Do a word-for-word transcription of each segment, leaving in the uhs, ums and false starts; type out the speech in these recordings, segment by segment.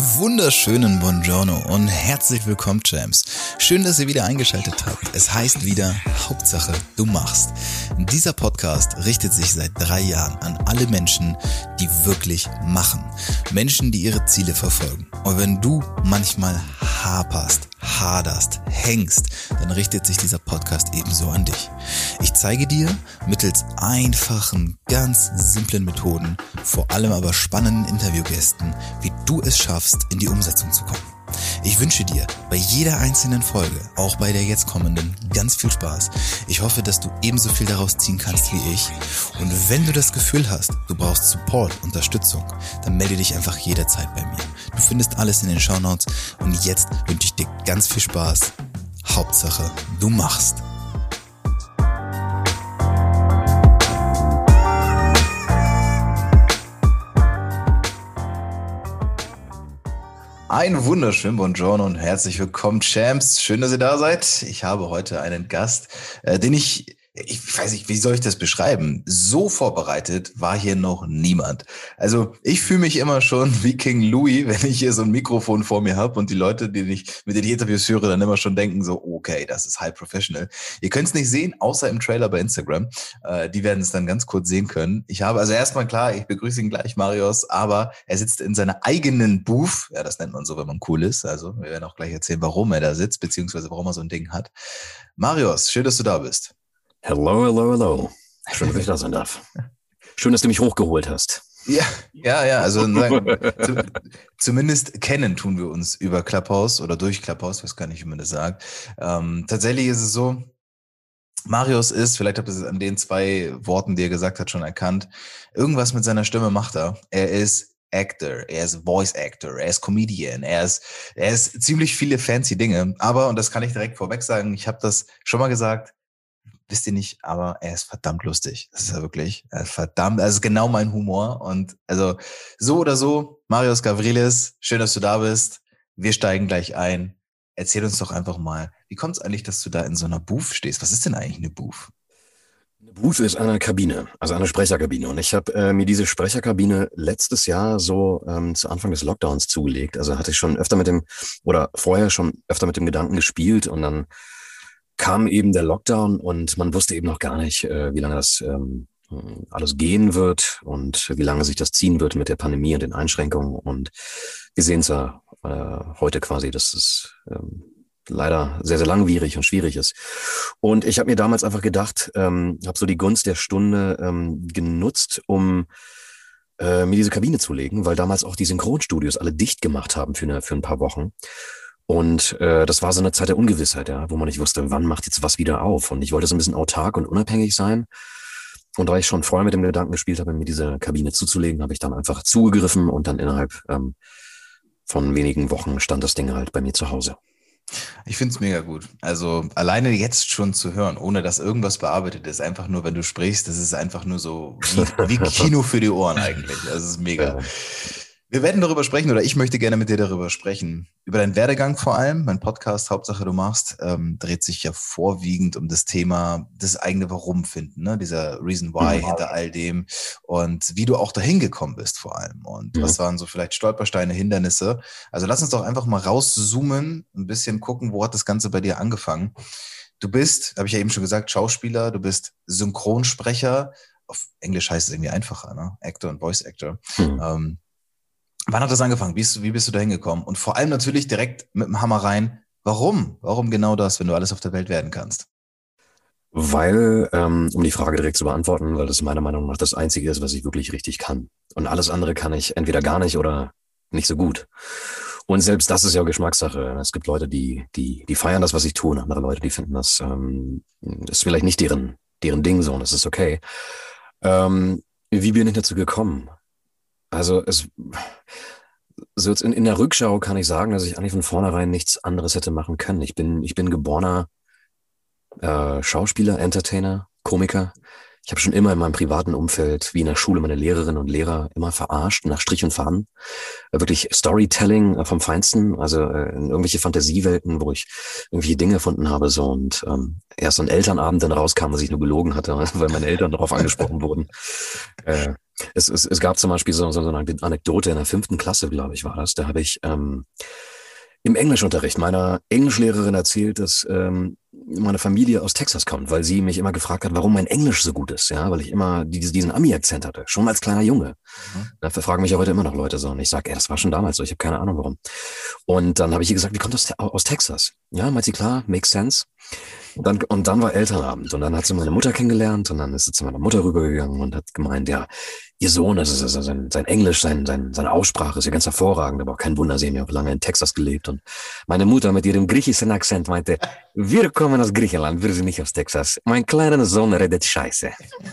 wunderschönen Buongiorno und herzlich willkommen, Champs. Schön, dass ihr wieder eingeschaltet habt. Es heißt wieder, Hauptsache du machst. Dieser Podcast richtet sich seit drei Jahren an alle Menschen, die wirklich machen. Menschen, die ihre Ziele verfolgen. Und wenn du manchmal haperst, haderst, hängst, dann richtet sich dieser Podcast ebenso an dich. Ich zeige dir mittels einfachen, ganz simplen Methoden, vor allem aber spannenden Interviewgästen, wie du es schaffst, in die Umsetzung zu kommen. Ich wünsche dir bei jeder einzelnen Folge, auch bei der jetzt kommenden, ganz viel Spaß. Ich hoffe, dass du ebenso viel daraus ziehen kannst wie ich. Und wenn du das Gefühl hast, du brauchst Support, Unterstützung, dann melde dich einfach jederzeit bei mir. Du findest alles in den Shownotes und jetzt wünsche ich dir ganz viel Spaß. Hauptsache, du machst. Ein wunderschönen Buongiorno und herzlich willkommen, Champs. Schön, dass ihr da seid. Ich habe heute einen Gast, äh, den ich, ich weiß nicht, wie soll ich das beschreiben? So vorbereitet war hier noch niemand. Also ich fühle mich immer schon wie King Louis, wenn ich hier so ein Mikrofon vor mir habe und die Leute, die ich, mit denen ich Interviews höre, dann immer schon denken so, okay, das ist high professional. Ihr könnt es nicht sehen, außer im Trailer bei Instagram. Äh, die werden es dann ganz kurz sehen können. Ich habe also erstmal klar, ich begrüße ihn gleich, Marius, aber er sitzt in seiner eigenen Booth. Ja, das nennt man so, wenn man cool ist. Also wir werden auch gleich erzählen, warum er da sitzt, beziehungsweise warum er so ein Ding hat. Marius, schön, dass du da bist. Hello, hello, hello. Schön, dass ich da sein darf. Schön, dass du mich hochgeholt hast. Ja, ja, ja. Also zu, zumindest kennen tun wir uns über Clubhouse oder durch Clubhouse, weiß gar nicht, wie man das sagt. Ähm, tatsächlich ist es so, Marius ist, vielleicht habt ihr es an den zwei Worten, die er gesagt hat, schon erkannt, irgendwas mit seiner Stimme macht er. Er ist Actor, er ist Voice Actor, er ist Comedian, er ist, er ist ziemlich viele fancy Dinge. Aber, und das kann ich direkt vorweg sagen, ich habe das schon mal gesagt, wisst ihr nicht, aber er ist verdammt lustig. Das ist er wirklich. Er ist verdammt, also genau mein Humor. Und also so oder so, Marius Gavrilis, schön, dass du da bist. Wir steigen gleich ein. Erzähl uns doch einfach mal, wie kommt es eigentlich, dass du da in so einer Booth stehst? Was ist denn eigentlich eine Booth? Eine Booth ist eine Kabine, also eine Sprecherkabine. Und ich habe äh, mir diese Sprecherkabine letztes Jahr so ähm, zu Anfang des Lockdowns zugelegt. Also hatte ich schon öfter mit dem, oder vorher schon öfter mit dem Gedanken gespielt und dann kam eben der Lockdown und man wusste eben noch gar nicht, äh, wie lange das ähm, alles gehen wird und wie lange sich das ziehen wird mit der Pandemie und den Einschränkungen. Und wir sehen es ja äh, heute quasi, dass es ähm, leider sehr, sehr langwierig und schwierig ist. Und ich habe mir damals einfach gedacht, ähm, habe so die Gunst der Stunde ähm, genutzt, um äh, mir diese Kabine zu legen, weil damals auch die Synchronstudios alle dicht gemacht haben für, eine, für ein paar Wochen. Und äh, das war so eine Zeit der Ungewissheit, ja, wo man nicht wusste, wann macht jetzt was wieder auf. Und ich wollte so ein bisschen autark und unabhängig sein. Und da ich schon vorher mit dem Gedanken gespielt habe, mir diese Kabine zuzulegen, habe ich dann einfach zugegriffen und dann innerhalb ähm, von wenigen Wochen stand das Ding halt bei mir zu Hause. Ich find's mega gut. Also alleine jetzt schon zu hören, ohne dass irgendwas bearbeitet ist, einfach nur, wenn du sprichst, das ist einfach nur so wie, wie Kino für die Ohren eigentlich. Das ist mega. Ja. Wir werden darüber sprechen, oder ich möchte gerne mit dir darüber sprechen. Über deinen Werdegang vor allem. Mein Podcast, Hauptsache du machst, ähm, dreht sich ja vorwiegend um das Thema, das eigene Warum finden, ne? Dieser Reason Why mhm. hinter all dem und wie du auch dahin gekommen bist vor allem. Und mhm. was waren so vielleicht Stolpersteine, Hindernisse? Also lass uns doch einfach mal rauszoomen, ein bisschen gucken, wo hat das Ganze bei dir angefangen. Du bist, habe ich ja eben schon gesagt, Schauspieler, du bist Synchronsprecher. Auf Englisch heißt es irgendwie einfacher, ne? Actor und Voice Actor. Mhm. Ähm, Wann hat das angefangen? Wie bist, du, wie bist du da hingekommen? Und vor allem natürlich direkt mit dem Hammer rein. Warum? Warum genau das, wenn du alles auf der Welt werden kannst? Weil, ähm, um die Frage direkt zu beantworten, weil das meiner Meinung nach das Einzige ist, was ich wirklich richtig kann. Und alles andere kann ich entweder gar nicht oder nicht so gut. Und selbst das ist ja Geschmackssache. Es gibt Leute, die die die feiern das, was ich tue, und andere Leute, die finden das ähm, ist vielleicht nicht deren deren Ding so, und das ist okay. Ähm, wie bin ich dazu gekommen? Also es so jetzt in, in der Rückschau kann ich sagen, dass ich eigentlich von vornherein nichts anderes hätte machen können. Ich bin ich bin geborener äh, Schauspieler, Entertainer, Komiker. Ich habe schon immer in meinem privaten Umfeld, wie in der Schule, meine Lehrerinnen und Lehrer immer verarscht, nach Strich und Faden. Äh, wirklich Storytelling äh, vom Feinsten, also äh, in irgendwelche Fantasiewelten, wo ich irgendwelche Dinge erfunden habe. So und ähm, erst so ein Elternabend dann rauskam, dass ich nur gelogen hatte, weil meine Eltern darauf angesprochen wurden. Äh, Es, es, es gab zum Beispiel so, so eine Anekdote in der fünften Klasse, glaube ich, war das. Da habe ich ähm, im Englischunterricht meiner Englischlehrerin erzählt, dass ähm, meine Familie aus Texas kommt, weil sie mich immer gefragt hat, warum mein Englisch so gut ist, ja, weil ich immer diese, diesen Ami-Akzent hatte, schon als kleiner Junge. Mhm. Dafür fragen mich ja heute immer noch Leute so. Und ich sage, ey, das war schon damals so, ich habe keine Ahnung warum. Und dann habe ich ihr gesagt, wie kommt das aus Texas? Ja, meint sie, klar, makes sense. Und dann, und dann war Elternabend und dann hat sie meine Mutter kennengelernt und dann ist sie zu meiner Mutter rübergegangen und hat gemeint, ja, ihr Sohn, das ist also sein, sein Englisch, sein, sein, seine Aussprache ist ja ganz hervorragend, aber auch kein Wunder, sie haben ja auch lange in Texas gelebt. Und meine Mutter mit ihrem griechischen Akzent meinte, wir kommen aus Griechenland, wir sind nicht aus Texas. Mein kleiner Sohn redet Scheiße.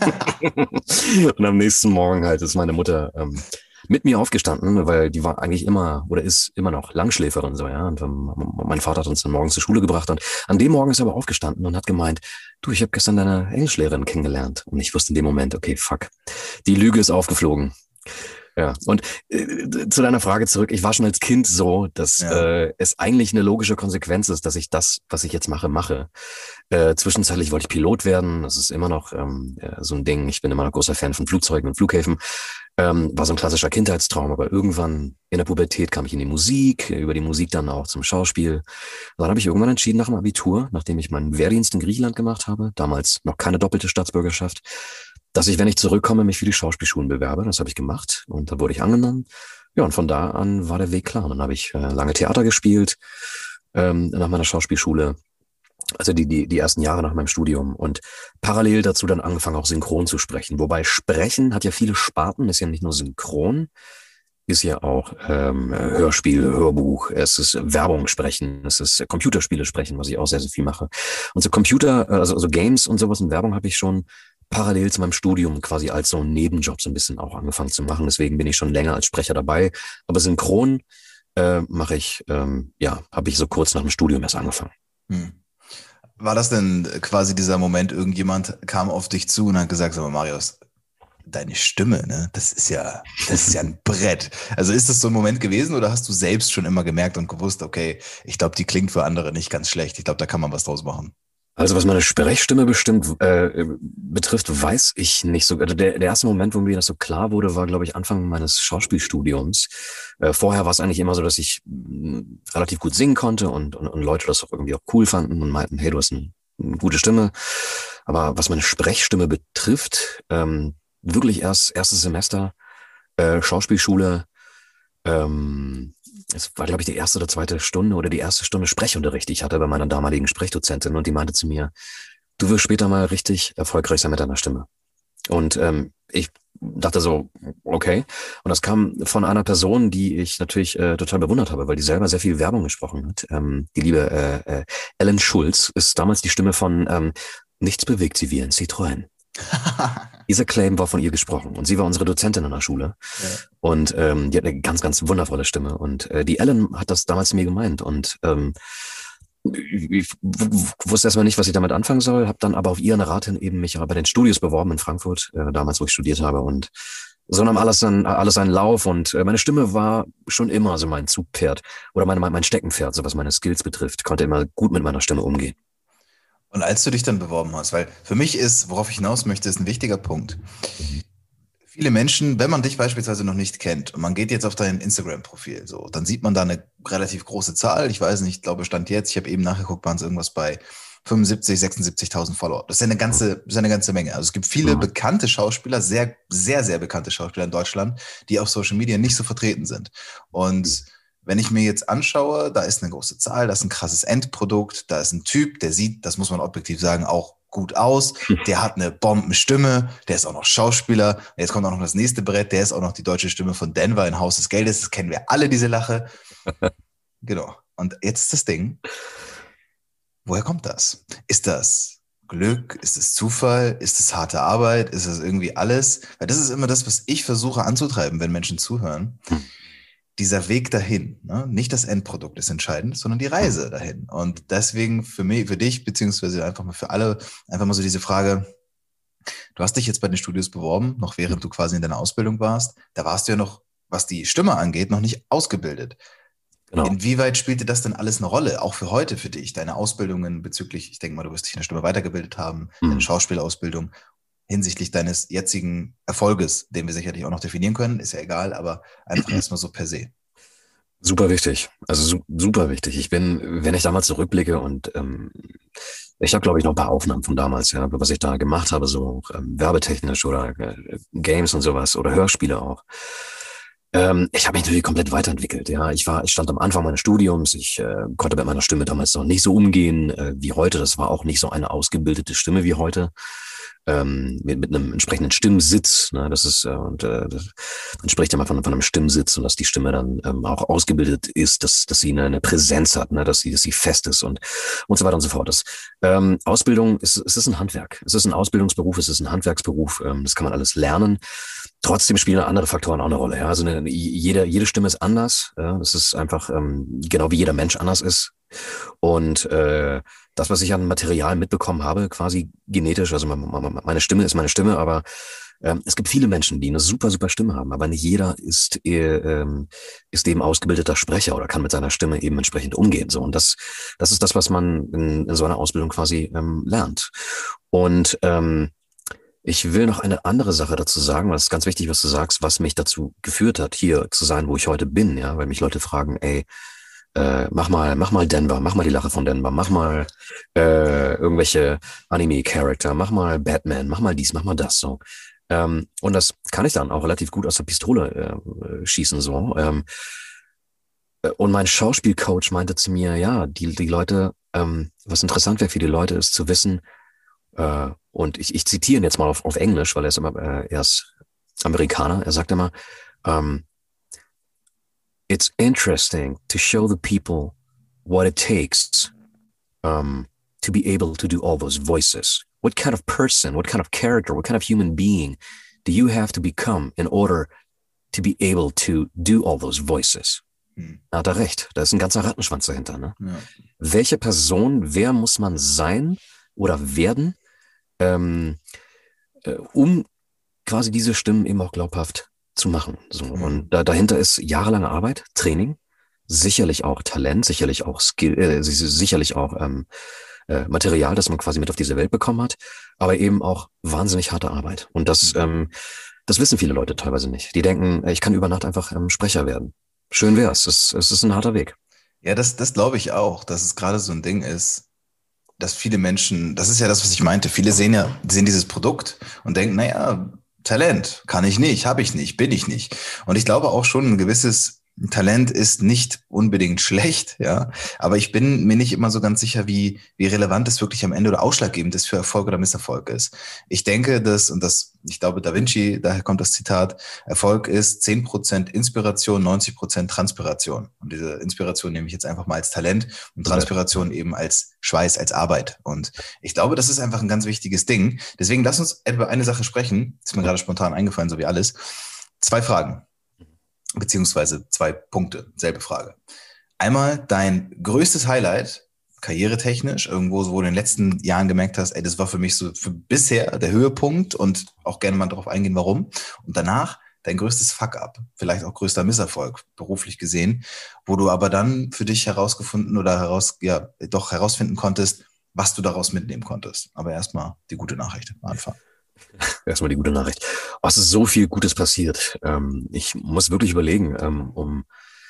Und am nächsten Morgen halt ist meine Mutter ähm, mit mir aufgestanden, weil die war eigentlich immer oder ist immer noch Langschläferin so, ja. Und ähm, mein Vater hat uns dann morgens zur Schule gebracht und an dem Morgen ist er aber aufgestanden und hat gemeint, du, ich habe gestern deine Englischlehrerin kennengelernt. Und ich wusste in dem Moment, okay, fuck, die Lüge ist aufgeflogen. Ja, und äh, zu deiner Frage zurück, ich war schon als Kind so, dass ja. äh, es eigentlich eine logische Konsequenz ist, dass ich das, was ich jetzt mache, mache. Äh, zwischenzeitlich wollte ich Pilot werden, das ist immer noch ähm, so ein Ding, ich bin immer noch großer Fan von Flugzeugen und Flughäfen, ähm, war so ein klassischer Kindheitstraum, aber irgendwann in der Pubertät kam ich in die Musik, über die Musik dann auch zum Schauspiel. Und dann habe ich irgendwann entschieden nach dem Abitur, nachdem ich meinen Wehrdienst in Griechenland gemacht habe, damals noch keine doppelte Staatsbürgerschaft, dass ich, wenn ich zurückkomme, mich für die Schauspielschulen bewerbe. Das habe ich gemacht und da wurde ich angenommen. Ja, und von da an war der Weg klar. Und dann habe ich äh, lange Theater gespielt ähm, nach meiner Schauspielschule, also die, die, die ersten Jahre nach meinem Studium und parallel dazu dann angefangen, auch synchron zu sprechen. Wobei Sprechen hat ja viele Sparten, ist ja nicht nur synchron, ist ja auch ähm, Hörspiel, Hörbuch, es ist Werbung sprechen, es ist Computerspiele sprechen, was ich auch sehr, sehr viel mache. Und so Computer, also, also Games und sowas in Werbung habe ich schon parallel zu meinem Studium quasi als so ein Nebenjob so ein bisschen auch angefangen zu machen. Deswegen bin ich schon länger als Sprecher dabei. Aber synchron äh, mache ich, ähm, ja, habe ich so kurz nach dem Studium erst angefangen. Hm. War das denn quasi dieser Moment, irgendjemand kam auf dich zu und hat gesagt, sag mal, Marius, deine Stimme, ne, das ist ja, das ist ja ein Brett. Also ist das so ein Moment gewesen oder hast du selbst schon immer gemerkt und gewusst, okay, ich glaube, die klingt für andere nicht ganz schlecht. Ich glaube, da kann man was draus machen. Also was meine Sprechstimme bestimmt äh, betrifft, weiß ich nicht so. Also der, der erste Moment, wo mir das so klar wurde, war, glaube ich, Anfang meines Schauspielstudiums. Äh, vorher war es eigentlich immer so, dass ich mh, relativ gut singen konnte und, und, und Leute das auch irgendwie auch cool fanden und meinten, hey, du hast eine, eine gute Stimme. Aber was meine Sprechstimme betrifft, ähm, wirklich erst erstes Semester äh, Schauspielschule, ähm, es war, glaube ich, die erste oder zweite Stunde oder die erste Stunde Sprechunterricht, die ich hatte bei meiner damaligen Sprechdozentin und die meinte zu mir, du wirst später mal richtig erfolgreich sein mit deiner Stimme. Und ähm, ich dachte so, okay. Und das kam von einer Person, die ich natürlich äh, total bewundert habe, weil die selber sehr viel Werbung gesprochen hat. Ähm, die liebe äh, äh, Ellen Schulz ist damals die Stimme von ähm, Nichts bewegt sie wie ein Citroën. Dieser Claim war von ihr gesprochen und sie war unsere Dozentin an der Schule ja. und ähm, die hat eine ganz, ganz wundervolle Stimme und äh, die Ellen hat das damals zu mir gemeint und ähm, ich wusste erstmal nicht, was ich damit anfangen soll, habe dann aber auf ihren Rat hin eben mich bei den Studios beworben in Frankfurt, äh, damals, wo ich studiert habe und so nahm alles, dann, alles seinen Lauf und äh, meine Stimme war schon immer so mein Zugpferd oder meine, mein Steckenpferd, so was meine Skills betrifft, konnte immer gut mit meiner Stimme umgehen. Und als du dich dann beworben hast, weil für mich ist, worauf ich hinaus möchte, ist ein wichtiger Punkt. Mhm. Viele Menschen, wenn man dich beispielsweise noch nicht kennt und man geht jetzt auf dein Instagram-Profil, so, dann sieht man da eine relativ große Zahl. Ich weiß nicht, ich glaube, Stand jetzt, ich habe eben nachgeguckt, waren es irgendwas bei fünfundsiebzig, sechsundsiebzigtausend Follower. Das ist ja eine ganze, das ist eine ganze Menge. Also es gibt viele mhm. bekannte Schauspieler, sehr, sehr, sehr bekannte Schauspieler in Deutschland, die auf Social Media nicht so vertreten sind. Und mhm. wenn ich mir jetzt anschaue, da ist eine große Zahl, da ist ein krasses Endprodukt, da ist ein Typ, der sieht, das muss man objektiv sagen, auch gut aus, der hat eine Bombenstimme, der ist auch noch Schauspieler, jetzt kommt auch noch das nächste Brett, der ist auch noch die deutsche Stimme von Denver in Haus des Geldes, das kennen wir alle, diese Lache. Genau. Und jetzt ist das Ding, woher kommt das? Ist das Glück? Ist es Zufall? Ist es harte Arbeit? Ist es irgendwie alles? Weil das ist immer das, was ich versuche anzutreiben, wenn Menschen zuhören. Dieser Weg dahin, ne? Nicht das Endprodukt ist entscheidend, sondern die Reise dahin. Und deswegen für mich, für dich, beziehungsweise einfach mal für alle, einfach mal so diese Frage, du hast dich jetzt bei den Studios beworben, noch während du quasi in deiner Ausbildung warst, da warst du ja noch, was die Stimme angeht, noch nicht ausgebildet. Genau. Inwieweit spielte das denn alles eine Rolle, auch für heute für dich, deine Ausbildungen bezüglich, ich denke mal, du wirst dich in der Stimme weitergebildet haben, mhm. deine Schauspielausbildung. hinsichtlich deines jetzigen Erfolges, den wir sicherlich auch noch definieren können, ist ja egal, aber einfach erstmal so per se. Super wichtig, also su super wichtig. Ich bin, wenn ich damals zurückblicke und ähm, ich habe, glaube ich, noch ein paar Aufnahmen von damals, ja, was ich da gemacht habe, so ähm, werbetechnisch oder äh, Games und sowas oder Hörspiele auch. Ähm, ich habe mich natürlich komplett weiterentwickelt, ja. Ich war, ich stand am Anfang meines Studiums, ich äh, konnte mit meiner Stimme damals noch nicht so umgehen äh, wie heute. Das war auch nicht so eine ausgebildete Stimme wie heute. Ähm, mit, mit einem entsprechenden Stimmsitz, ne, das ist, äh, und äh, das, man spricht ja mal von, von einem Stimmsitz und dass die Stimme dann ähm, auch ausgebildet ist, dass, dass sie eine, eine Präsenz hat, ne, dass sie, dass sie fest ist und, und so weiter und so fort. Das, ähm, Ausbildung, ist, es ist ein Handwerk, es ist ein Ausbildungsberuf, es ist ein Handwerksberuf, ähm, das kann man alles lernen. Trotzdem spielen andere Faktoren auch eine Rolle. Ja? Also eine, jede, jede Stimme ist anders. Ja? Das ist einfach ähm, genau wie jeder Mensch anders ist. Und äh, das, was ich an Material mitbekommen habe, quasi genetisch, also meine Stimme ist meine Stimme, aber ähm, es gibt viele Menschen, die eine super, super Stimme haben, aber nicht jeder ist, äh, ist eben ausgebildeter Sprecher oder kann mit seiner Stimme eben entsprechend umgehen. So. Und das, das ist das, was man in, in so einer Ausbildung quasi ähm, lernt. Und ähm, ich will noch eine andere Sache dazu sagen, weil es ist ganz wichtig, was du sagst, was mich dazu geführt hat, hier zu sein, wo ich heute bin, ja, weil mich Leute fragen, ey, äh, mach mal, mach mal Denver, mach mal die Lache von Denver, mach mal äh, irgendwelche Anime-Charakter, mach mal Batman, mach mal dies, mach mal das, so. Ähm, und das kann ich dann auch relativ gut aus der Pistole äh, schießen, so. Ähm, und mein Schauspielcoach meinte zu mir, ja, die, die Leute, ähm, was interessant wäre für die Leute, ist zu wissen, äh, und ich, ich zitiere ihn jetzt mal auf, auf Englisch, weil er ist immer, äh, er ist Amerikaner. Er sagt immer, um, it's interesting to show the people what it takes um, to be able to do all those voices. What kind of person, what kind of character, what kind of human being do you have to become in order to be able to do all those voices? Hm. Da hat er recht. Da ist ein ganzer Rattenschwanz dahinter. Ne? Ja. Welche Person, wer muss man sein oder werden, Ähm, äh, um quasi diese Stimmen eben auch glaubhaft zu machen. So. Mhm. Und da, dahinter ist jahrelange Arbeit, Training, sicherlich auch Talent, sicherlich auch Skill, äh, sicherlich auch ähm, äh, Material, das man quasi mit auf diese Welt bekommen hat, aber eben auch wahnsinnig harte Arbeit. Und das, mhm. ähm, das wissen viele Leute teilweise nicht. Die denken, ich kann über Nacht einfach ähm, Sprecher werden. Schön wär's. Es, es ist ein harter Weg. Ja, das, das glaube ich auch, dass es gerade so ein Ding ist, dass viele Menschen, das ist ja das, was ich meinte, viele sehen ja, sehen dieses Produkt und denken, naja, Talent kann ich nicht, habe ich nicht, bin ich nicht. Und ich glaube auch schon, ein gewisses Talent ist nicht unbedingt schlecht, ja, aber ich bin mir nicht immer so ganz sicher, wie, wie relevant es wirklich am Ende oder ausschlaggebend ist für Erfolg oder Misserfolg ist. Ich denke, dass, und das, ich glaube, Da Vinci, daher kommt das Zitat, Erfolg ist zehn Prozent Inspiration, neunzig Prozent Transpiration. Und diese Inspiration nehme ich jetzt einfach mal als Talent und Transpiration eben als Schweiß, als Arbeit. Und ich glaube, das ist einfach ein ganz wichtiges Ding. Deswegen lass uns über eine Sache sprechen, ist mir gerade spontan eingefallen, so wie alles. Zwei Fragen. Beziehungsweise zwei Punkte, selbe Frage. Einmal dein größtes Highlight, karrieretechnisch, irgendwo, wo du in den letzten Jahren gemerkt hast, ey, das war für mich so für bisher der Höhepunkt und auch gerne mal darauf eingehen, warum. Und danach dein größtes Fuck-up, vielleicht auch größter Misserfolg, beruflich gesehen, wo du aber dann für dich herausgefunden oder heraus, ja, doch herausfinden konntest, was du daraus mitnehmen konntest. Aber erstmal die gute Nachricht am Anfang. Erstmal die gute Nachricht. Oh, es ist so viel Gutes passiert. Ähm, ich muss wirklich überlegen, ähm, um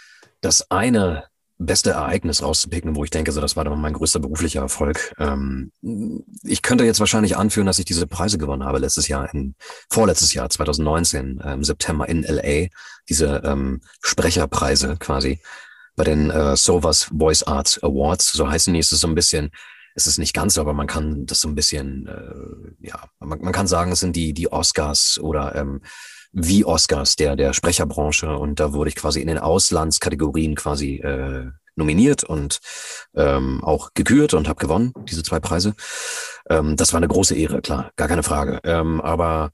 das eine beste Ereignis rauszupicken, wo ich denke, so das war dann mein größter beruflicher Erfolg. Ähm, ich könnte jetzt wahrscheinlich anführen, dass ich diese Preise gewonnen habe letztes Jahr, in, vorletztes Jahr, zwanzig neunzehn, im ähm, September in L A, diese ähm, Sprecherpreise quasi bei den äh, Sowas Voice Arts Awards, so heißen die. Es ist so ein bisschen, es ist nicht ganz, aber man kann das so ein bisschen, äh, ja, man, man kann sagen, es sind die die Oscars oder ähm, wie Oscars der der Sprecherbranche, und da wurde ich quasi in den Auslandskategorien quasi äh, nominiert und ähm, auch gekürt und habe gewonnen, diese zwei Preise. Ähm, das war eine große Ehre, klar, gar keine Frage. Ähm, aber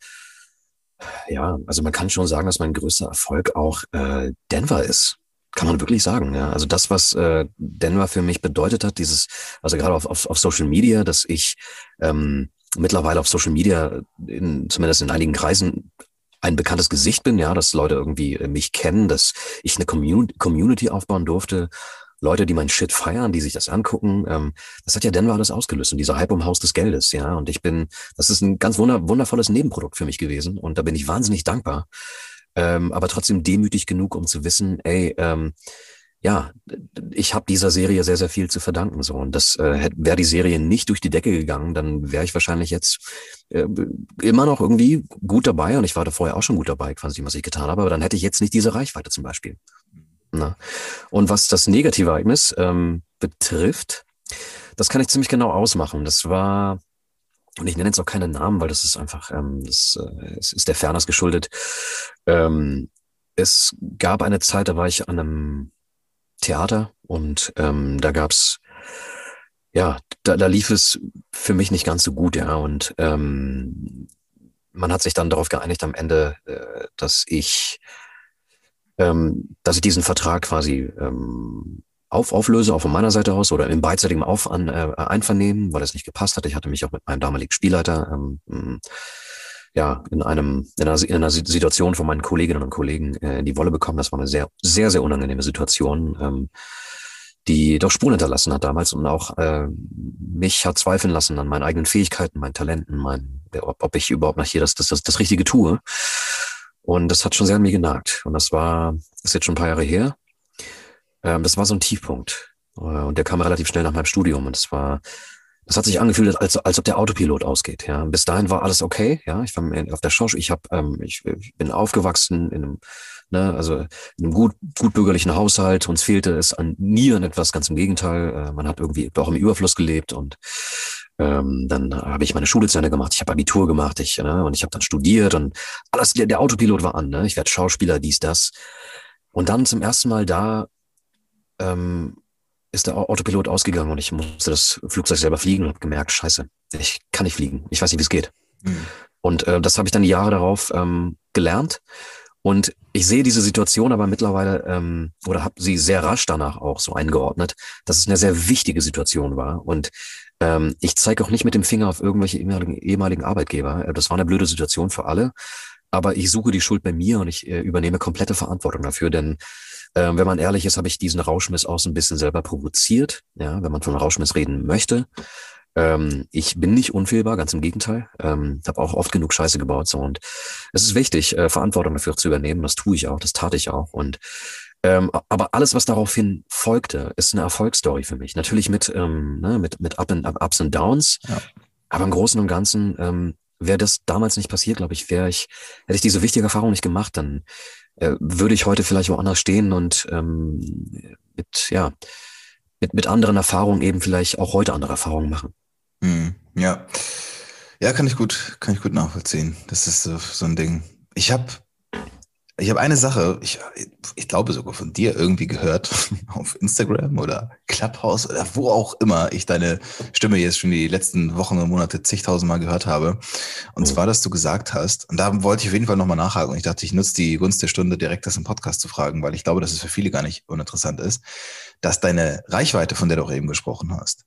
ja, also man kann schon sagen, dass mein größter Erfolg auch äh, Denver ist. Kann man wirklich sagen, ja. Also das, was äh, Denver für mich bedeutet hat, dieses, also gerade auf, auf, auf Social Media, dass ich ähm, mittlerweile auf Social Media, in, zumindest in einigen Kreisen, ein bekanntes Gesicht bin, ja, dass Leute irgendwie mich kennen, dass ich eine Community, Community aufbauen durfte, Leute, die meinen Shit feiern, die sich das angucken. Ähm, das hat ja Denver alles ausgelöst und dieser Hype um Haus des Geldes, ja. Und ich bin, das ist ein ganz wunder, wundervolles Nebenprodukt für mich gewesen und da bin ich wahnsinnig dankbar. Ähm, aber trotzdem demütig genug, um zu wissen, ey, ähm, ja, ich habe dieser Serie sehr, sehr viel zu verdanken. So. Und das äh, wäre die Serie nicht durch die Decke gegangen, dann wäre ich wahrscheinlich jetzt äh, immer noch irgendwie gut dabei. Und ich war da vorher auch schon gut dabei, quasi, was ich getan habe. Aber dann hätte ich jetzt nicht diese Reichweite zum Beispiel. Na? Und was das negative Ereignis ähm, betrifft, das kann ich ziemlich genau ausmachen. Das war, und ich nenne jetzt auch keine Namen, weil das ist einfach, ähm, das äh, es ist der Fairness geschuldet. Ähm, es gab eine Zeit, da war ich an einem Theater und ähm, da gab's, ja, da, da lief es für mich nicht ganz so gut, ja, und ähm, man hat sich dann darauf geeinigt am Ende, äh, dass ich, ähm, dass ich diesen Vertrag quasi ähm, auf, auflöse, auch von meiner Seite aus oder im beidseitigen auf an, äh, Einvernehmen, weil es nicht gepasst hat. Ich hatte mich auch mit meinem damaligen Spielleiter ähm, ja, in einem, in einer, in einer Situation von meinen Kolleginnen und Kollegen äh, in die Wolle bekommen. Das war eine sehr, sehr, sehr unangenehme Situation, ähm, die doch Spuren hinterlassen hat damals und auch äh, mich hat zweifeln lassen an meinen eigenen Fähigkeiten, meinen Talenten, mein, ob, ob ich überhaupt nach hier das, das, das, das Richtige tue. Und das hat schon sehr an mir genagt. Und das war, das ist jetzt schon ein paar Jahre her. Ähm, das war so ein Tiefpunkt. Äh, und der kam relativ schnell nach meinem Studium. Und das war, das hat sich angefühlt, als, als ob der Autopilot ausgeht. Ja, bis dahin war alles okay. Ja, ich war auf der Schauspiel. Ich habe, ähm, ich, ich bin aufgewachsen in einem, ne, also in einem gut, gut bürgerlichen Haushalt. Uns fehlte es an nie an etwas. Ganz im Gegenteil. Äh, man hat irgendwie auch im Überfluss gelebt und ähm, dann habe ich meine Schule zu Ende gemacht. Ich habe Abitur gemacht. Ich, ne, und ich habe dann studiert und alles. Der, der Autopilot war an. Ne, ich werde Schauspieler, dies, das. Und dann zum ersten Mal da. Ähm, ist der Autopilot ausgegangen und ich musste das Flugzeug selber fliegen und habe gemerkt, scheiße, ich kann nicht fliegen. Ich weiß nicht, wie es geht. Mhm. Und äh, das habe ich dann die Jahre darauf ähm, gelernt. Und ich sehe diese Situation aber mittlerweile ähm, oder habe sie sehr rasch danach auch so eingeordnet, dass es eine sehr wichtige Situation war. Und ähm, ich zeige auch nicht mit dem Finger auf irgendwelche ehemaligen, ehemaligen Arbeitgeber. Das war eine blöde Situation für alle. Aber ich suche die Schuld bei mir und ich äh, übernehme komplette Verantwortung dafür, denn äh, wenn man ehrlich ist, habe ich diesen Rauschmiss auch so ein bisschen selber provoziert, ja, wenn man von Rauschmiss reden möchte. Ähm, ich bin nicht unfehlbar, ganz im Gegenteil. Ähm, habe auch oft genug Scheiße gebaut so und es ist wichtig, äh, Verantwortung dafür zu übernehmen. Das tue ich auch, das tat ich auch und ähm, aber alles, was daraufhin folgte, ist eine Erfolgsstory für mich. Natürlich mit ähm, ne, mit mit Up and, Ups und Downs, ja. Aber im Großen und Ganzen ähm, wäre das damals nicht passiert, glaube ich, wäre ich, hätte ich diese wichtige Erfahrung nicht gemacht, dann äh, würde ich heute vielleicht woanders stehen und ähm, mit, ja, mit, mit anderen Erfahrungen eben vielleicht auch heute andere Erfahrungen machen. Hm, ja. Ja, kann ich gut, kann ich gut nachvollziehen. Das ist so, so ein Ding. Ich habe Ich habe eine Sache, ich, ich glaube sogar von dir irgendwie gehört, auf Instagram oder Clubhouse oder wo auch immer ich deine Stimme jetzt schon die letzten Wochen und Monate zigtausendmal gehört habe. Und mhm. zwar, dass du gesagt hast, und da wollte ich auf jeden Fall nochmal nachhaken. Und ich dachte, ich nutze die Gunst der Stunde, direkt das im Podcast zu fragen, weil ich glaube, dass es für viele gar nicht uninteressant ist, dass deine Reichweite, von der du auch eben gesprochen hast,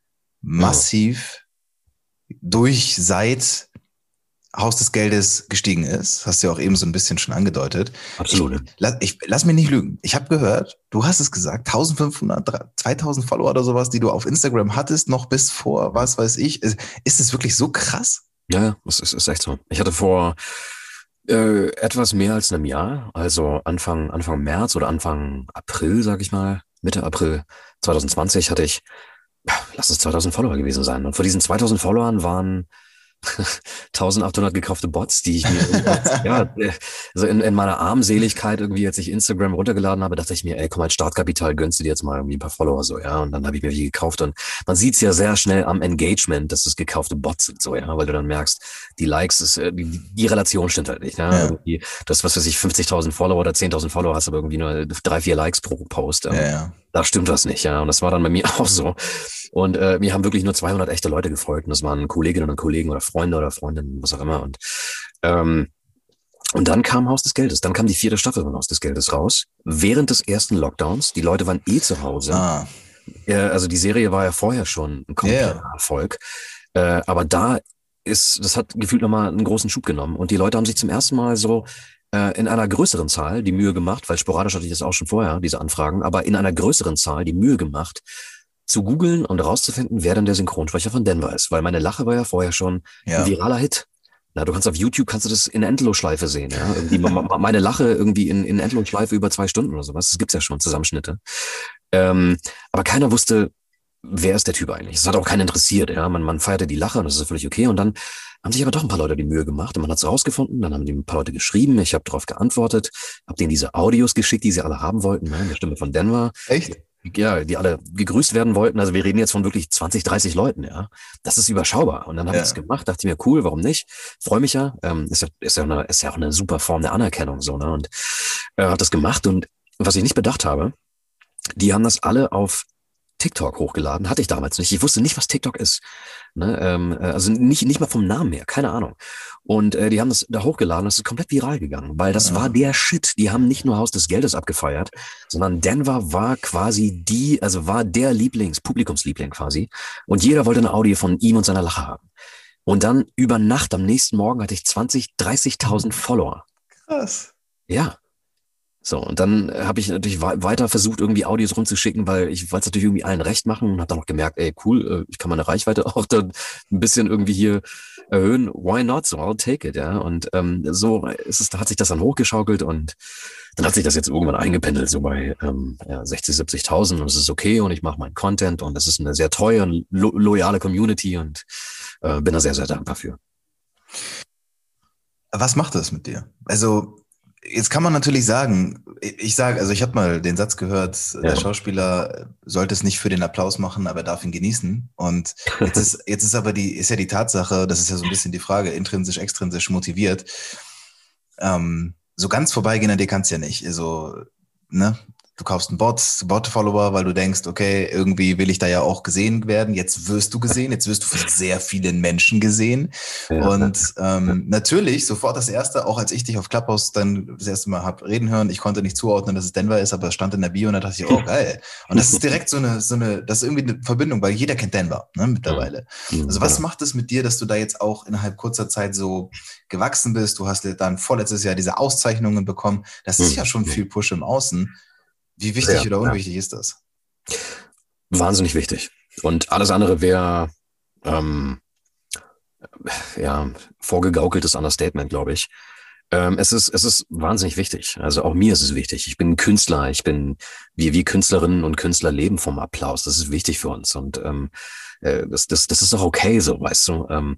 massiv mhm. durch seit Haus des Geldes gestiegen ist. Hast du ja auch eben so ein bisschen schon angedeutet. Absolut. Ich, lass, ich, lass mich nicht lügen. Ich habe gehört, du hast es gesagt, eintausendfünfhundert, zweitausend Follower oder sowas, die du auf Instagram hattest, noch bis vor, was weiß ich. Ist es wirklich so krass? Ja, es ist, ist echt so. Ich hatte vor äh, etwas mehr als einem Jahr, also Anfang, Anfang März oder Anfang April, sag ich mal, Mitte April zwanzig zwanzig hatte ich, lass es zweitausend Follower gewesen sein. Und vor diesen zweitausend Followern waren eintausendachthundert gekaufte Bots, die ich mir ja, also in, in meiner Armseligkeit irgendwie, als ich Instagram runtergeladen habe, dachte ich mir, ey, komm, als Startkapital gönnst du dir jetzt mal irgendwie ein paar Follower so, ja, und dann habe ich mir die gekauft und man sieht's ja sehr schnell am Engagement, dass es gekaufte Bots sind, so, ja, weil du dann merkst, die Likes, ist, die, die Relation stimmt halt nicht, ja, ja. Irgendwie, das, was weiß ich, fünfzigtausend Follower oder zehntausend Follower hast, aber irgendwie nur drei, vier Likes pro Post, ja, ja. Da stimmt was nicht, ja, und das war dann bei mir auch so. Und äh, mir haben wirklich nur zweihundert echte Leute gefolgt und das waren Kolleginnen und Kollegen oder Freunde oder Freundinnen, was auch immer. Und ähm, und dann kam Haus des Geldes, dann kam die vierte Staffel von Haus des Geldes raus, während des ersten Lockdowns. Die Leute waren eh zu Hause. Ah. Ja, also die Serie war ja vorher schon ein kompletter yeah. Erfolg. Äh, aber da ist, das hat gefühlt nochmal einen großen Schub genommen. Und die Leute haben sich zum ersten Mal so äh, in einer größeren Zahl die Mühe gemacht, weil sporadisch hatte ich das auch schon vorher, diese Anfragen, aber in einer größeren Zahl die Mühe gemacht, zu googeln und rauszufinden, wer denn der Synchronsprecher von Denver ist. Weil meine Lache war ja vorher schon ein Ja. viraler Hit. Na, du kannst auf YouTube, kannst du das in Endlosschleife sehen, ja. Irgendwie ma- ma- meine Lache irgendwie in, in Endlosschleife über zwei Stunden oder sowas. Das gibt's ja schon, Zusammenschnitte. Ähm, aber keiner wusste, wer ist der Typ eigentlich. Es hat auch keinen interessiert, ja. Man, man feierte die Lache und das ist völlig okay. Und dann haben sich aber doch ein paar Leute die Mühe gemacht und man hat es rausgefunden. Dann haben die ein paar Leute geschrieben. Ich habe darauf geantwortet, habe denen diese Audios geschickt, die sie alle haben wollten, ne, in der Stimme von Denver. Echt? Ja, die alle gegrüßt werden wollten. Also wir reden jetzt von wirklich zwanzig, dreißig Leuten, ja. Das ist überschaubar. Und dann habe ich Ja. das gemacht, dachte mir, cool, warum nicht? Freue mich ja. Ähm, ist ja, ist ja eine, ist ja auch eine super Form der Anerkennung, so, ne? Und äh, habe das gemacht. Und was ich nicht bedacht habe, die haben das alle auf TikTok hochgeladen. Hatte ich damals nicht. Ich wusste nicht, was TikTok ist. Ne? Ähm, äh, also nicht, nicht mal vom Namen her, keine Ahnung. Und äh, die haben das da hochgeladen, das ist komplett viral gegangen, weil das Ja. war der Shit. Die haben nicht nur Haus des Geldes abgefeiert, sondern Denver war quasi die, also war der Lieblings, Publikumsliebling quasi. Und jeder wollte eine Audio von ihm und seiner Lache haben. Und dann über Nacht, am nächsten Morgen hatte ich zwanzig, dreißigtausend Follower. Krass. Ja. So, und dann habe ich natürlich weiter versucht, irgendwie Audios rumzuschicken, weil ich wollte es natürlich irgendwie allen recht machen und habe dann noch gemerkt, ey, cool, ich kann meine Reichweite auch dann ein bisschen irgendwie hier erhöhen. Why not? So, I'll take it, ja. Und ähm, so ist es, da hat sich das dann hochgeschaukelt und dann hat sich das jetzt irgendwann eingependelt, so bei ähm, ja, sechzig, siebzigtausend und es ist okay und ich mache meinen Content und es ist eine sehr treue und lo loyale Community und äh, bin da sehr, sehr dankbar für. Was macht das mit dir? Also jetzt kann man natürlich sagen, ich sage, also ich habe mal den Satz gehört, ja. Der Schauspieler sollte es nicht für den Applaus machen, aber er darf ihn genießen. Und jetzt ist, jetzt ist aber die, ist ja die Tatsache, das ist ja so ein bisschen die Frage, intrinsisch, extrinsisch motiviert. Ähm, so ganz vorbeigehen an dir kannst du ja nicht. Also, ne? Du kaufst einen Bot, Bot-Follower, weil du denkst, okay, irgendwie will ich da ja auch gesehen werden. Jetzt wirst du gesehen, jetzt wirst du von sehr vielen Menschen gesehen. Ja. Und ähm, natürlich, sofort das Erste, auch als ich dich auf Clubhouse dann das erste Mal hab reden hören, ich konnte nicht zuordnen, dass es Denver ist, aber es stand in der Bio und da dachte ich, oh geil. Und das ist direkt so eine, so eine, das ist irgendwie eine Verbindung, weil jeder kennt Denver, ne, mittlerweile. Also was macht es mit dir, dass du da jetzt auch innerhalb kurzer Zeit so gewachsen bist? Du hast dann vorletztes Jahr diese Auszeichnungen bekommen. Das ist ja schon viel Push im Außen. Wie wichtig ja, oder unwichtig ja. ist das? Wahnsinnig wichtig. Und alles andere wäre ähm, ja vorgegaukeltes Understatement, glaube ich. Ähm, es ist es ist wahnsinnig wichtig. Also auch mir ist es wichtig. Ich bin ein Künstler. Ich bin wir wir Künstlerinnen und Künstler leben vom Applaus. Das ist wichtig für uns und ähm, äh, das das das ist auch okay so, weißt du. Ähm,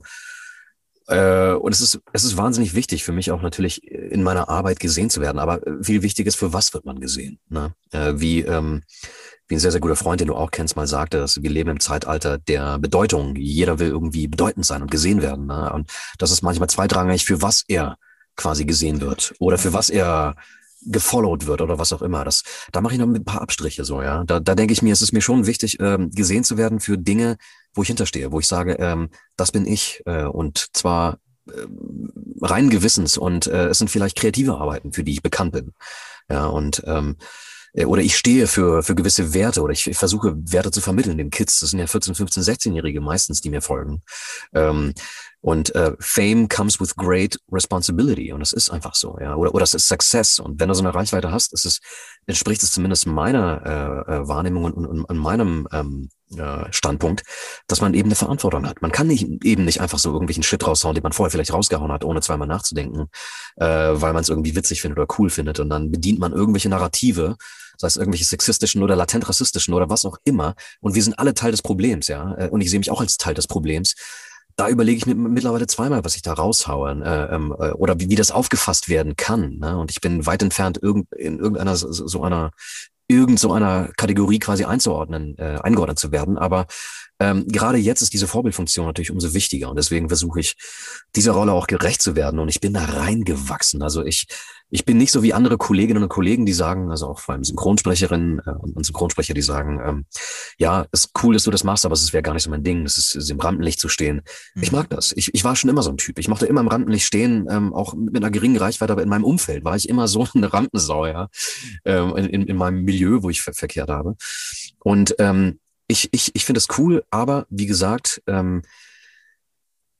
Äh, und es ist, es ist wahnsinnig wichtig für mich auch natürlich in meiner Arbeit gesehen zu werden. Aber viel wichtiger ist, für was wird man gesehen? Ne? Äh, wie, ähm, wie ein sehr, sehr guter Freund, den du auch kennst, mal sagte, dass wir leben im Zeitalter der Bedeutung. Jeder will irgendwie bedeutend sein und gesehen werden. Ne? Und das ist manchmal zweitrangig, für was er quasi gesehen wird oder für was er gefollowt wird oder was auch immer. Das, da mache ich noch ein paar Abstriche so, ja. Da, da denke ich mir, es ist mir schon wichtig, ähm, gesehen zu werden für Dinge, wo ich hinterstehe, wo ich sage, ähm, das bin ich äh, und zwar äh, rein gewissens und äh, es sind vielleicht kreative Arbeiten, für die ich bekannt bin. Ja, und ähm, oder ich stehe für für gewisse Werte oder ich, ich versuche Werte zu vermitteln den Kids. Das sind ja vierzehn, fünfzehn, sechzehn-Jährige meistens, die mir folgen. Ähm, und äh, Fame comes with great responsibility und das ist einfach so, ja. Oder oder das ist Success und wenn du so eine Reichweite hast, ist es entspricht es zumindest meiner äh, Wahrnehmung und, und, und meinem ähm, äh, Standpunkt, dass man eben eine Verantwortung hat. Man kann nicht eben nicht einfach so irgendwelchen Shit raushauen, den man vorher vielleicht rausgehauen hat, ohne zweimal nachzudenken, äh, weil man es irgendwie witzig findet oder cool findet und dann bedient man irgendwelche Narrative, sei es irgendwelche sexistischen oder latent rassistischen oder was auch immer. Und wir sind alle Teil des Problems, ja. Und ich sehe mich auch als Teil des Problems. Da überlege ich mir mittlerweile zweimal, was ich da raushaue äh, ähm, äh, oder wie, wie das aufgefasst werden kann. Ne? Und ich bin weit entfernt, irgend, in irgendeiner so, so einer irgend so einer Kategorie quasi einzuordnen, äh, eingeordnet zu werden. Aber ähm, gerade jetzt ist diese Vorbildfunktion natürlich umso wichtiger und deswegen versuche ich, dieser Rolle auch gerecht zu werden und ich bin da reingewachsen. Also ich ich bin nicht so wie andere Kolleginnen und Kollegen, die sagen, also auch vor allem Synchronsprecherinnen äh, und Synchronsprecher, die sagen, ähm, ja, ist cool, dass du das machst, aber es wäre gar nicht so mein Ding, es ist, ist im Rampenlicht zu stehen. Mhm. Ich mag das. Ich, ich war schon immer so ein Typ. Ich mochte immer im Rampenlicht stehen, ähm, auch mit einer geringen Reichweite, aber in meinem Umfeld war ich immer so eine Rampensau, ja, ähm, in, in meinem Milieu, wo ich ver verkehrt habe. Und ähm, ich, ich, ich finde es cool, aber wie gesagt, ähm,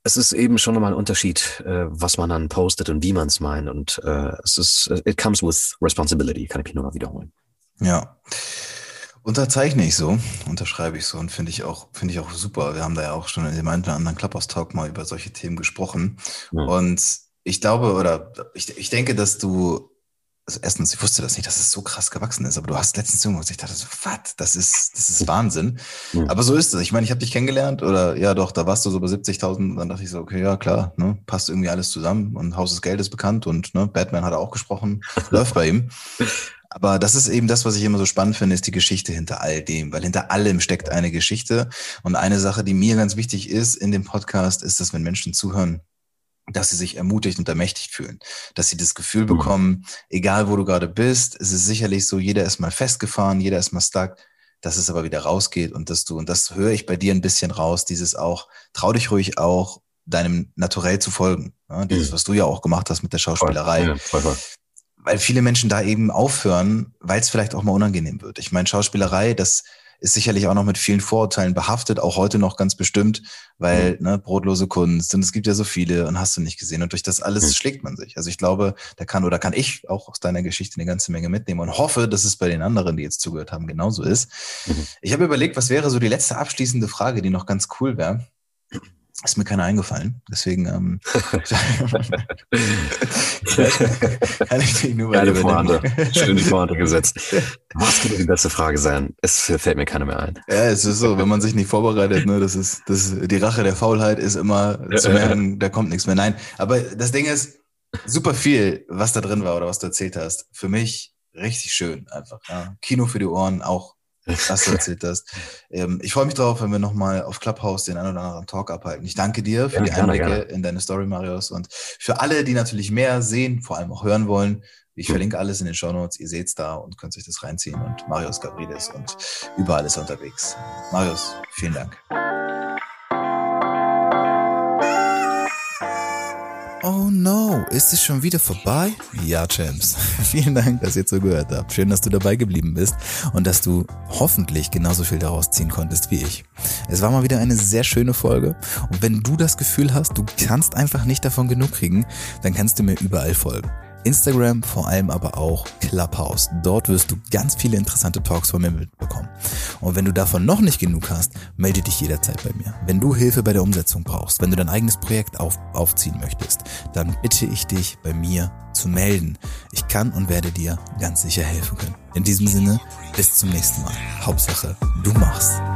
es ist eben schon nochmal ein Unterschied, äh, was man dann postet und wie man es meint. Und äh, es ist, it comes with responsibility, kann ich nur mal wiederholen. Ja. Unterzeichne ich so, unterschreibe ich so und finde ich auch, finde ich auch super. Wir haben da ja auch schon in dem einen oder anderen Clubhouse-Talk mal über solche Themen gesprochen. Ja. Und ich glaube, oder ich, ich denke, dass du, also erstens, ich wusste das nicht, dass es so krass gewachsen ist, aber du hast letztens irgendwas, ich dachte so, was, das ist, das ist Wahnsinn. Ja. Aber so ist es. Ich meine, ich habe dich kennengelernt oder ja doch, da warst du so bei siebzigtausend und dann dachte ich so, okay, ja klar, ne, passt irgendwie alles zusammen und Haus des Geldes bekannt und ne, Batman hat er auch gesprochen, läuft bei ihm. Aber das ist eben das, was ich immer so spannend finde, ist die Geschichte hinter all dem, weil hinter allem steckt eine Geschichte. Und eine Sache, die mir ganz wichtig ist in dem Podcast, ist, dass wenn Menschen zuhören, dass sie sich ermutigt und ermächtigt fühlen, dass sie das Gefühl bekommen, egal wo du gerade bist, es ist sicherlich so, jeder ist mal festgefahren, jeder ist mal stuck, dass es aber wieder rausgeht und dass du, und das höre ich bei dir ein bisschen raus, dieses auch, trau dich ruhig auch, deinem Naturell zu folgen. Ja, dieses, was du ja auch gemacht hast mit der Schauspielerei. Ja, voll, voll. Weil viele Menschen da eben aufhören, weil es vielleicht auch mal unangenehm wird. Ich meine, Schauspielerei, das ist sicherlich auch noch mit vielen Vorurteilen behaftet, auch heute noch ganz bestimmt, weil mhm. ne, brotlose Kunst und es gibt ja so viele und hast du nicht gesehen und durch das alles mhm. schlägt man sich. Also ich glaube, da kann oder kann ich auch aus deiner Geschichte eine ganze Menge mitnehmen und hoffe, dass es bei den anderen, die jetzt zugehört haben, genauso ist. Mhm. Ich habe überlegt, was wäre so die letzte abschließende Frage, die noch ganz cool wäre. Ist mir keiner eingefallen, deswegen ähm, kann ich dich nur Geile Pointe. Schön die Pointe gesetzt. Was könnte die beste Frage sein? Es fällt mir keiner mehr ein. Ja, es ist so, wenn man sich nicht vorbereitet, ne, das ist, das ist die Rache der Faulheit ist immer zu merken, da kommt nichts mehr. Nein, aber das Ding ist, super viel, was da drin war oder was du erzählt hast, für mich richtig schön einfach. Ja. Kino für die Ohren, auch was du erzählt hast. Ähm, ich freue mich drauf, wenn wir nochmal auf Clubhouse den einen oder anderen Talk abhalten. Ich danke dir für ja, die Einblicke gerne, gerne. in deine Story, Marius. Und für alle, die natürlich mehr sehen, vor allem auch hören wollen, ich verlinke alles in den Shownotes. Ihr seht's da und könnt euch das reinziehen. Und Marius Gavrilis und überall ist er unterwegs. Marius, vielen Dank. Oh no, ist es schon wieder vorbei? Ja, Champs. Vielen Dank, dass ihr zugehört habt. Schön, dass du dabei geblieben bist und dass du hoffentlich genauso viel daraus ziehen konntest wie ich. Es war mal wieder eine sehr schöne Folge und wenn du das Gefühl hast, du kannst einfach nicht davon genug kriegen, dann kannst du mir überall folgen. Instagram, vor allem aber auch Clubhouse. Dort wirst du ganz viele interessante Talks von mir mitbekommen. Und wenn du davon noch nicht genug hast, melde dich jederzeit bei mir. Wenn du Hilfe bei der Umsetzung brauchst, wenn du dein eigenes Projekt auf, aufziehen möchtest, dann bitte ich dich, bei mir zu melden. Ich kann und werde dir ganz sicher helfen können. In diesem Sinne, bis zum nächsten Mal. Hauptsache, du machst.